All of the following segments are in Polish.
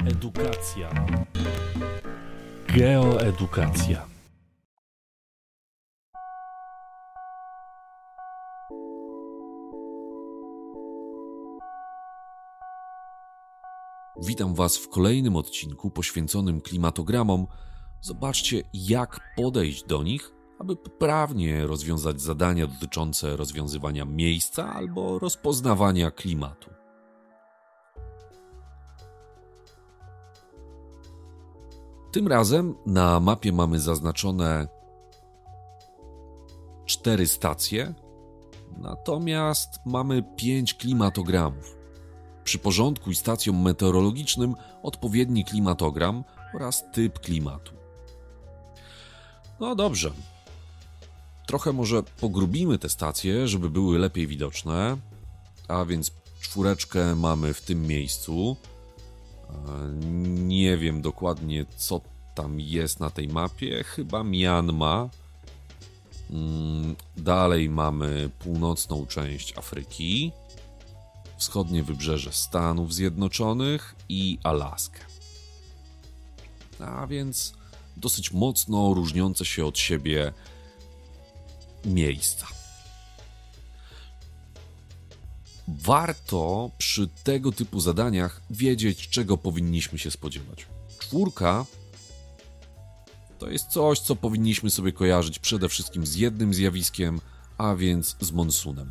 Edukacja. Geoedukacja. Witam Was w kolejnym odcinku poświęconym klimatogramom. Zobaczcie, jak podejść do nich, aby poprawnie rozwiązać zadania dotyczące rozwiązywania miejsca albo rozpoznawania klimatu. Tym razem na mapie mamy zaznaczone 4 stacje, natomiast mamy 5 klimatogramów. Przyporządkuj stacjom meteorologicznym odpowiedni klimatogram oraz typ klimatu. No dobrze. Trochę może pogrubimy te stacje, żeby były lepiej widoczne. A więc 4 mamy w tym miejscu. Nie wiem dokładnie, co tam jest na tej mapie. Chyba Myanma. Dalej mamy północną część Afryki, wschodnie wybrzeże Stanów Zjednoczonych i Alaskę. A więc dosyć mocno różniące się od siebie miejsca. Warto przy tego typu zadaniach wiedzieć, czego powinniśmy się spodziewać. 4 to jest coś, co powinniśmy sobie kojarzyć przede wszystkim z jednym zjawiskiem, a więc z monsunem.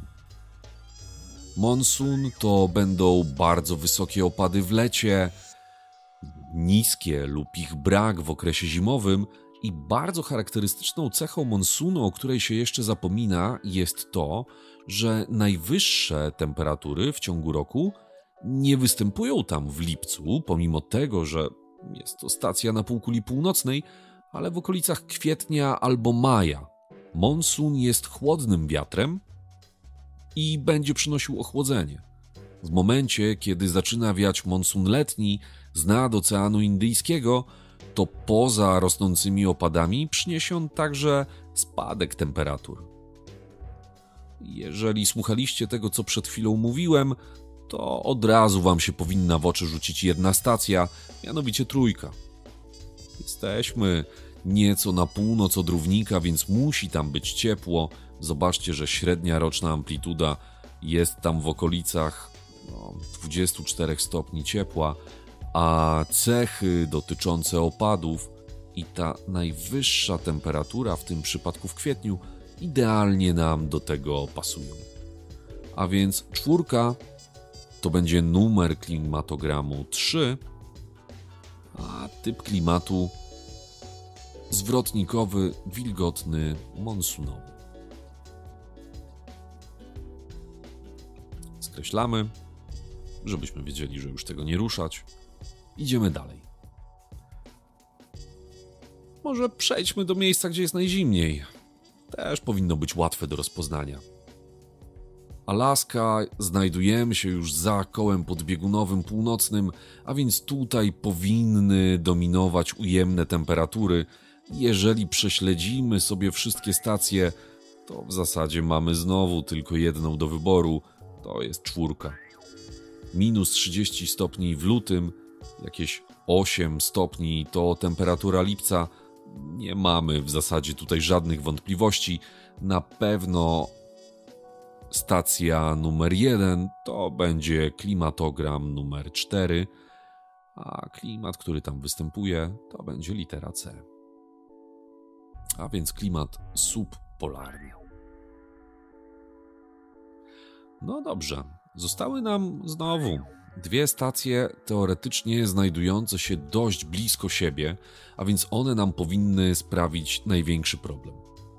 Monsun to będą bardzo wysokie opady w lecie, niskie lub ich brak w okresie zimowym i bardzo charakterystyczną cechą monsunu, o której się jeszcze zapomina, jest to, że najwyższe temperatury w ciągu roku nie występują tam w lipcu, pomimo tego, że jest to stacja na półkuli północnej, ale w okolicach kwietnia albo maja. Monsun jest chłodnym wiatrem i będzie przynosił ochłodzenie. W momencie, kiedy zaczyna wiać monsun letni z nad Oceanu Indyjskiego, to poza rosnącymi opadami przyniesie on także spadek temperatur. Jeżeli słuchaliście tego, co przed chwilą mówiłem, to od razu wam się powinna w oczy rzucić jedna stacja, mianowicie 3. Jesteśmy nieco na północ od równika, więc musi tam być ciepło. Zobaczcie, że średnia roczna amplituda jest tam w okolicach 24 stopni ciepła, a cechy dotyczące opadów i ta najwyższa temperatura, w tym przypadku w kwietniu, idealnie nam do tego pasują. A więc 4 to będzie numer klimatogramu 3, a typ klimatu zwrotnikowy, wilgotny, monsunowy. Skreślamy, żebyśmy wiedzieli, że już tego nie ruszać. Idziemy dalej. Może przejdźmy do miejsca, gdzie jest najzimniej. Też powinno być łatwe do rozpoznania. Alaska, znajdujemy się już za kołem podbiegunowym północnym, a więc tutaj powinny dominować ujemne temperatury. Jeżeli prześledzimy sobie wszystkie stacje, to w zasadzie mamy znowu tylko jedną do wyboru. To jest 4. Minus 30 stopni w lutym, jakieś 8 stopni to temperatura lipca. Nie mamy w zasadzie tutaj żadnych wątpliwości. Na pewno stacja numer 1 to będzie klimatogram numer 4, a klimat, który tam występuje, to będzie litera C. A więc klimat subpolarny. No dobrze, zostały nam znowu 2 stacje teoretycznie znajdujące się dość blisko siebie, a więc one nam powinny sprawić największy problem.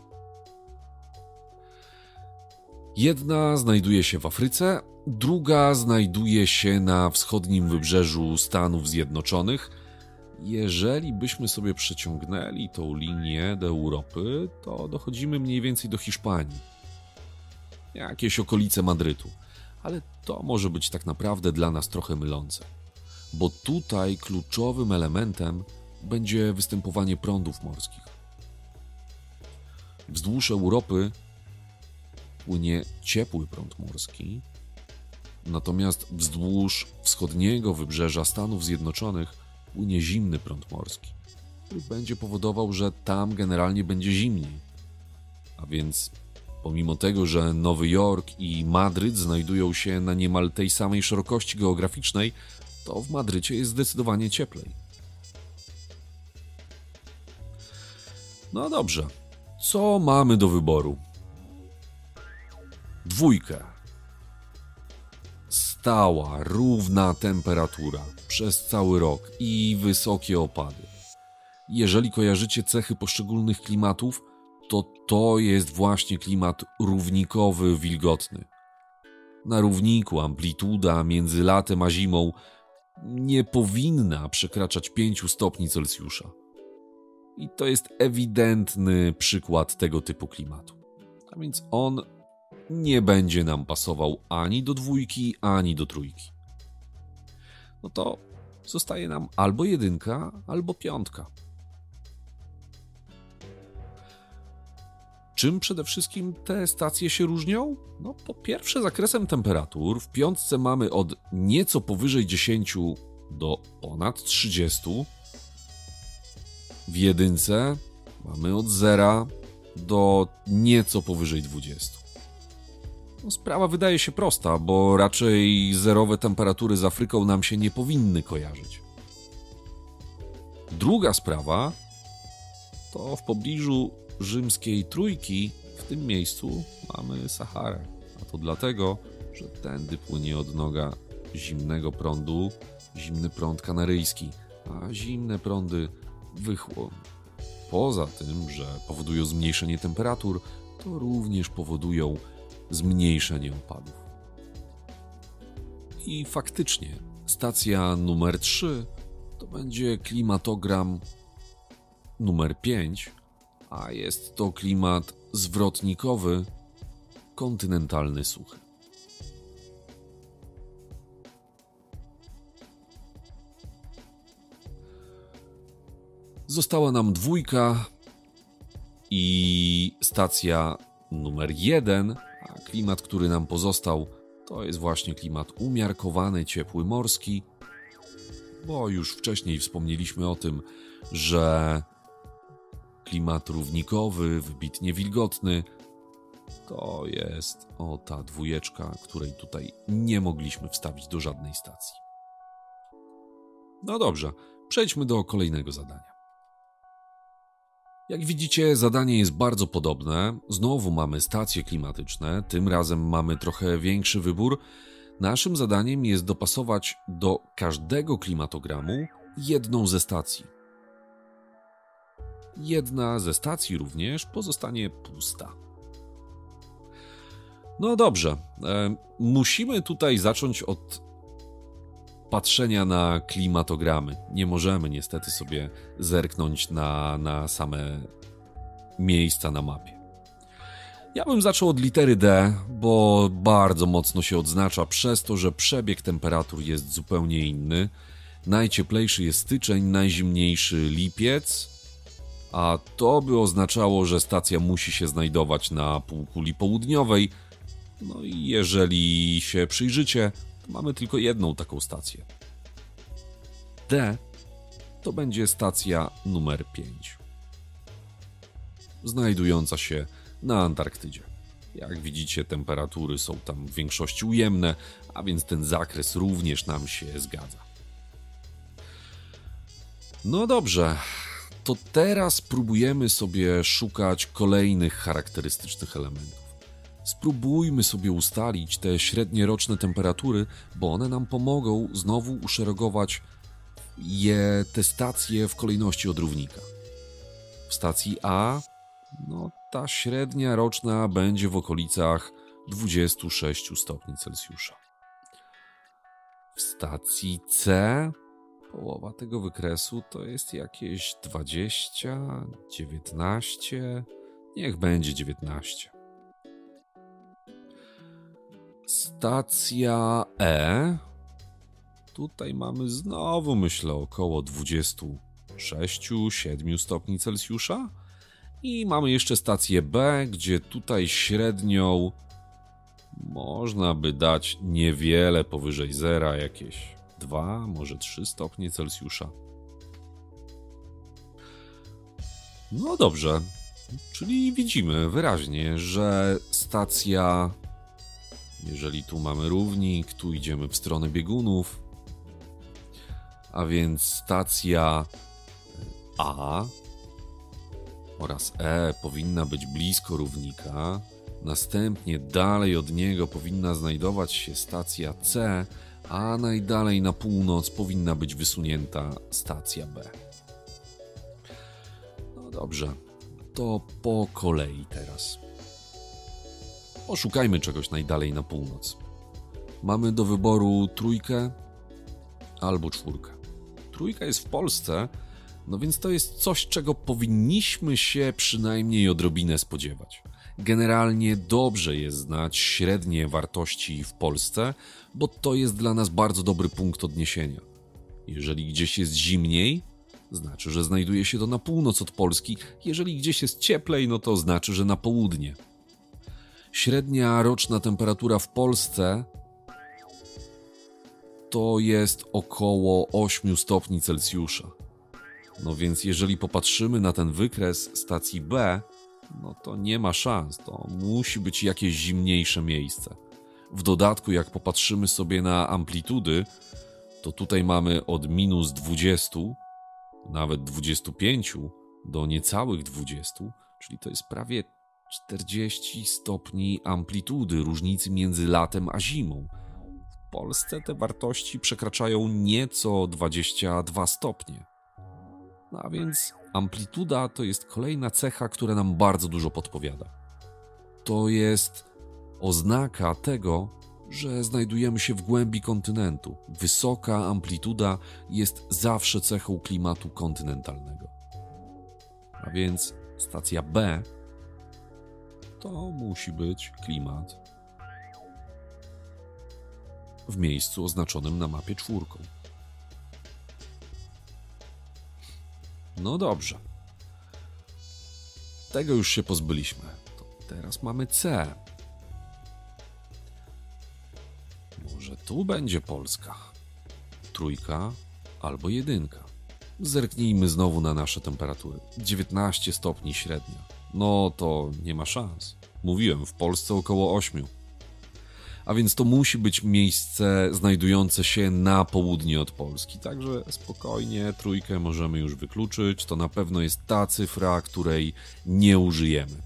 Jedna znajduje się w Afryce, druga znajduje się na wschodnim wybrzeżu Stanów Zjednoczonych. Jeżeli byśmy sobie przeciągnęli tą linię do Europy, to dochodzimy mniej więcej do Hiszpanii. Jakieś okolice Madrytu. Ale to może być tak naprawdę dla nas trochę mylące, bo tutaj kluczowym elementem będzie występowanie prądów morskich. Wzdłuż Europy płynie ciepły prąd morski, natomiast wzdłuż wschodniego wybrzeża Stanów Zjednoczonych płynie zimny prąd morski, który będzie powodował, że tam generalnie będzie zimniej. A więc pomimo tego, że Nowy Jork i Madryt znajdują się na niemal tej samej szerokości geograficznej, to w Madrycie jest zdecydowanie cieplej. No dobrze, co mamy do wyboru? 2. Stała, równa temperatura przez cały rok i wysokie opady. Jeżeli kojarzycie cechy poszczególnych klimatów, to jest właśnie klimat równikowy, wilgotny. Na równiku amplituda między latem a zimą nie powinna przekraczać 5 stopni Celsjusza. I to jest ewidentny przykład tego typu klimatu. A więc on nie będzie nam pasował ani do 2, ani do 3. No to zostaje nam albo 1, albo 5. Czym przede wszystkim te stacje się różnią? No po pierwsze zakresem temperatur. W 5 mamy od nieco powyżej 10 do ponad 30. W 1 mamy od 0 do nieco powyżej 20. No, sprawa wydaje się prosta, bo raczej zerowe temperatury z Afryką nam się nie powinny kojarzyć. Druga sprawa to w pobliżu rzymskiej Trójki w tym miejscu mamy Saharę. A to dlatego, że tędy płynie odnoga zimnego prądu, zimny prąd kanaryjski, a zimne prądy wychłon. Poza tym, że powodują zmniejszenie temperatur, to również powodują zmniejszenie opadów. I faktycznie stacja numer 3 to będzie klimatogram numer 5, a jest to klimat zwrotnikowy, kontynentalny suchy. Została nam 2 i stacja numer 1, a klimat, który nam pozostał, to jest właśnie klimat umiarkowany, ciepły, morski, bo już wcześniej wspomnieliśmy o tym, że klimat równikowy, wybitnie wilgotny, to jest ta 2, której tutaj nie mogliśmy wstawić do żadnej stacji. No dobrze, przejdźmy do kolejnego zadania. Jak widzicie, zadanie jest bardzo podobne. Znowu mamy stacje klimatyczne, tym razem mamy trochę większy wybór. Naszym zadaniem jest dopasować do każdego klimatogramu jedną ze stacji. Jedna ze stacji również pozostanie pusta. No dobrze, musimy tutaj zacząć od patrzenia na klimatogramy. Nie możemy niestety sobie zerknąć na same miejsca na mapie. Ja bym zaczął od litery D, bo bardzo mocno się odznacza przez to, że przebieg temperatur jest zupełnie inny. Najcieplejszy jest styczeń, najzimniejszy lipiec, a to by oznaczało, że stacja musi się znajdować na półkuli południowej. No i jeżeli się przyjrzycie, to mamy tylko jedną taką stację. D to będzie stacja numer 5, znajdująca się na Antarktydzie. Jak widzicie, temperatury są tam w większości ujemne, a więc ten zakres również nam się zgadza. No dobrze, to teraz spróbujemy sobie szukać kolejnych charakterystycznych elementów. Spróbujmy sobie ustalić te średnioroczne temperatury, bo one nam pomogą znowu uszeregować te stacje w kolejności od równika. W stacji A, ta średnia roczna będzie w okolicach 26 stopni Celsjusza. W stacji C połowa tego wykresu to jest jakieś 20, 19, niech będzie 19. Stacja E, tutaj mamy znowu, myślę, około 26-7 stopni Celsjusza. I mamy jeszcze stację B, gdzie tutaj średnią można by dać niewiele powyżej zera, jakieś 2, może 3 stopnie Celsjusza. No dobrze, czyli widzimy wyraźnie, że stacja, jeżeli tu mamy równik, tu idziemy w stronę biegunów, a więc stacja A oraz E powinna być blisko równika, następnie dalej od niego powinna znajdować się stacja C, a najdalej na północ powinna być wysunięta stacja B. No dobrze, to po kolei teraz. Poszukajmy czegoś najdalej na północ. Mamy do wyboru 3 albo 4. 3 jest w Polsce, no więc to jest coś, czego powinniśmy się przynajmniej odrobinę spodziewać. Generalnie dobrze jest znać średnie wartości w Polsce, bo to jest dla nas bardzo dobry punkt odniesienia. Jeżeli gdzieś jest zimniej, znaczy, że znajduje się to na północ od Polski. Jeżeli gdzieś jest cieplej, no to znaczy, że na południe. Średnia roczna temperatura w Polsce to jest około 8 stopni Celsjusza. No więc jeżeli popatrzymy na ten wykres stacji B, no to nie ma szans, to musi być jakieś zimniejsze miejsce. W dodatku, jak popatrzymy sobie na amplitudy, to tutaj mamy od minus 20, nawet 25 do niecałych 20, czyli to jest prawie 40 stopni amplitudy różnicy między latem a zimą. W Polsce te wartości przekraczają nieco 22 stopnie. No a więc amplituda to jest kolejna cecha, która nam bardzo dużo podpowiada. To jest oznaka tego, że znajdujemy się w głębi kontynentu. Wysoka amplituda jest zawsze cechą klimatu kontynentalnego. A więc stacja B to musi być klimat w miejscu oznaczonym na mapie 4. No dobrze. Tego już się pozbyliśmy. To teraz mamy C. Może tu będzie Polska. 3 albo 1. Zerknijmy znowu na nasze temperatury. 19 stopni średnia. No to nie ma szans. Mówiłem, w Polsce około 8. A więc to musi być miejsce znajdujące się na południe od Polski. Także spokojnie 3 możemy już wykluczyć. To na pewno jest ta cyfra, której nie użyjemy.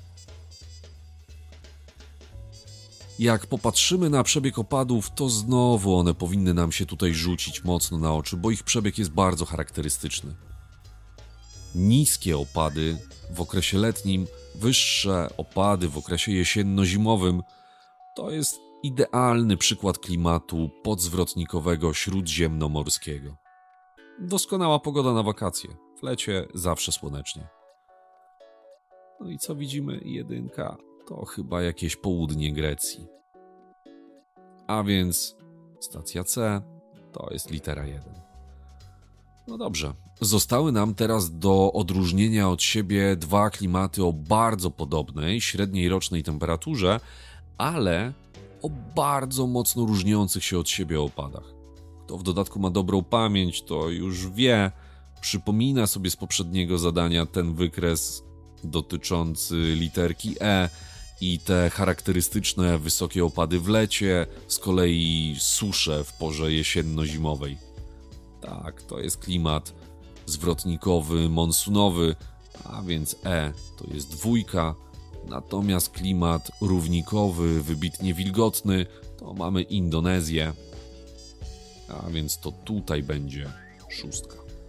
Jak popatrzymy na przebieg opadów, to znowu one powinny nam się tutaj rzucić mocno na oczy, bo ich przebieg jest bardzo charakterystyczny. Niskie opady w okresie letnim, wyższe opady w okresie jesienno-zimowym to jest idealny przykład klimatu podzwrotnikowego śródziemnomorskiego. Doskonała pogoda na wakacje, w lecie zawsze słonecznie. No i co widzimy? 1 to chyba jakieś południe Grecji. A więc stacja C to jest litera 1. No dobrze, zostały nam teraz do odróżnienia od siebie 2 klimaty o bardzo podobnej średniej rocznej temperaturze, ale o bardzo mocno różniących się od siebie opadach. Kto w dodatku ma dobrą pamięć, to już wie, przypomina sobie z poprzedniego zadania ten wykres dotyczący literki E i te charakterystyczne wysokie opady w lecie, z kolei susze w porze jesienno-zimowej. Tak, to jest klimat zwrotnikowy, monsunowy, a więc E to jest 2, natomiast klimat równikowy, wybitnie wilgotny, to mamy Indonezję, a więc to tutaj będzie 6.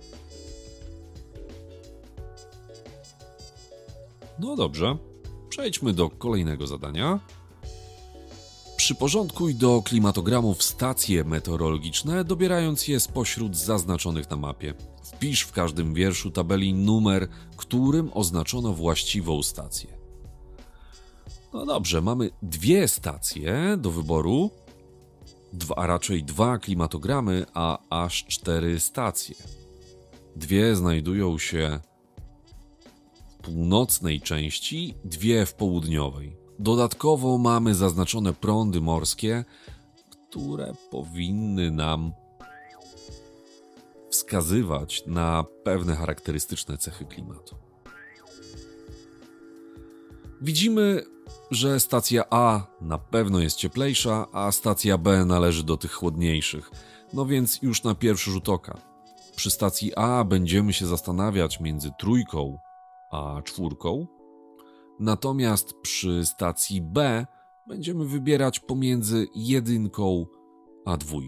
No dobrze, przejdźmy do kolejnego zadania. Przyporządkuj do klimatogramów stacje meteorologiczne, dobierając je spośród zaznaczonych na mapie. Wpisz w każdym wierszu tabeli numer, którym oznaczono właściwą stację. No dobrze, mamy 2 stacje do wyboru, a raczej 2 klimatogramy, a aż 4 stacje. 2 znajdują się w północnej części, 2 w południowej. Dodatkowo mamy zaznaczone prądy morskie, które powinny nam wskazywać na pewne charakterystyczne cechy klimatu. Widzimy, że stacja A na pewno jest cieplejsza, a stacja B należy do tych chłodniejszych. No więc już na pierwszy rzut oka. Przy stacji A będziemy się zastanawiać między 3 a 4, natomiast przy stacji B będziemy wybierać pomiędzy 1 a 2.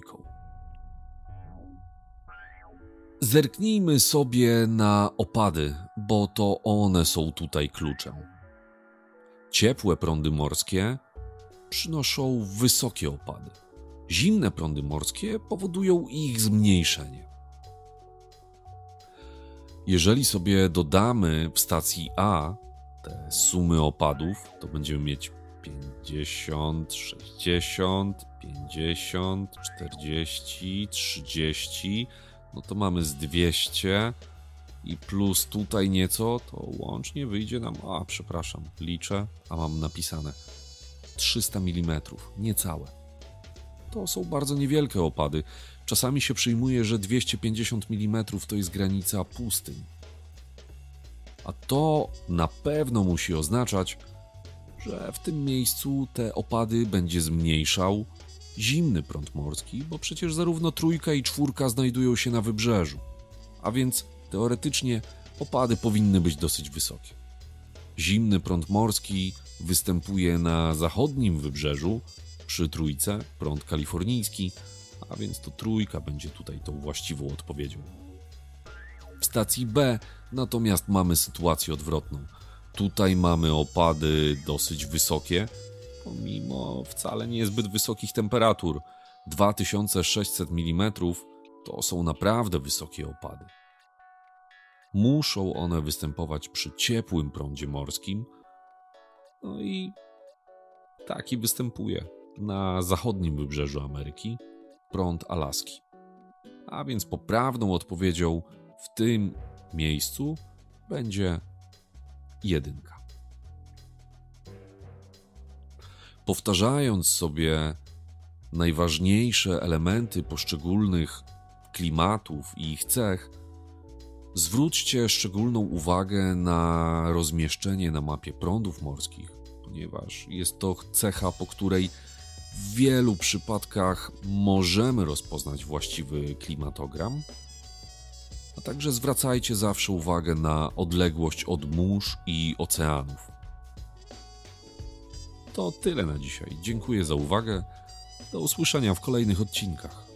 Zerknijmy sobie na opady, bo to one są tutaj kluczem. Ciepłe prądy morskie przynoszą wysokie opady. Zimne prądy morskie powodują ich zmniejszenie. Jeżeli sobie dodamy w stacji A te sumy opadów, to będziemy mieć 50, 60, 50, 40, 30, no to mamy z 200 i plus tutaj nieco, to łącznie wyjdzie nam, liczę, a mam napisane 300 mm, niecałe. To są bardzo niewielkie opady. Czasami się przyjmuje, że 250 mm to jest granica pustyń. A to na pewno musi oznaczać, że w tym miejscu te opady będzie zmniejszał zimny prąd morski, bo przecież zarówno 3 i 4 znajdują się na wybrzeżu. A więc teoretycznie opady powinny być dosyć wysokie. Zimny prąd morski występuje na zachodnim wybrzeżu, przy 3 prąd kalifornijski, a więc to 3 będzie tutaj tą właściwą odpowiedzią. W stacji B natomiast mamy sytuację odwrotną. Tutaj mamy opady dosyć wysokie, pomimo wcale niezbyt wysokich temperatur. 2600 mm to są naprawdę wysokie opady. Muszą one występować przy ciepłym prądzie morskim, no i taki występuje na zachodnim wybrzeżu Ameryki prąd Alaski. A więc poprawną odpowiedzią w tym miejscu będzie 1. Powtarzając sobie najważniejsze elementy poszczególnych klimatów i ich cech, zwróćcie szczególną uwagę na rozmieszczenie na mapie prądów morskich, ponieważ jest to cecha, po której w wielu przypadkach możemy rozpoznać właściwy klimatogram, a także zwracajcie zawsze uwagę na odległość od mórz i oceanów. To tyle na dzisiaj. Dziękuję za uwagę. Do usłyszenia w kolejnych odcinkach.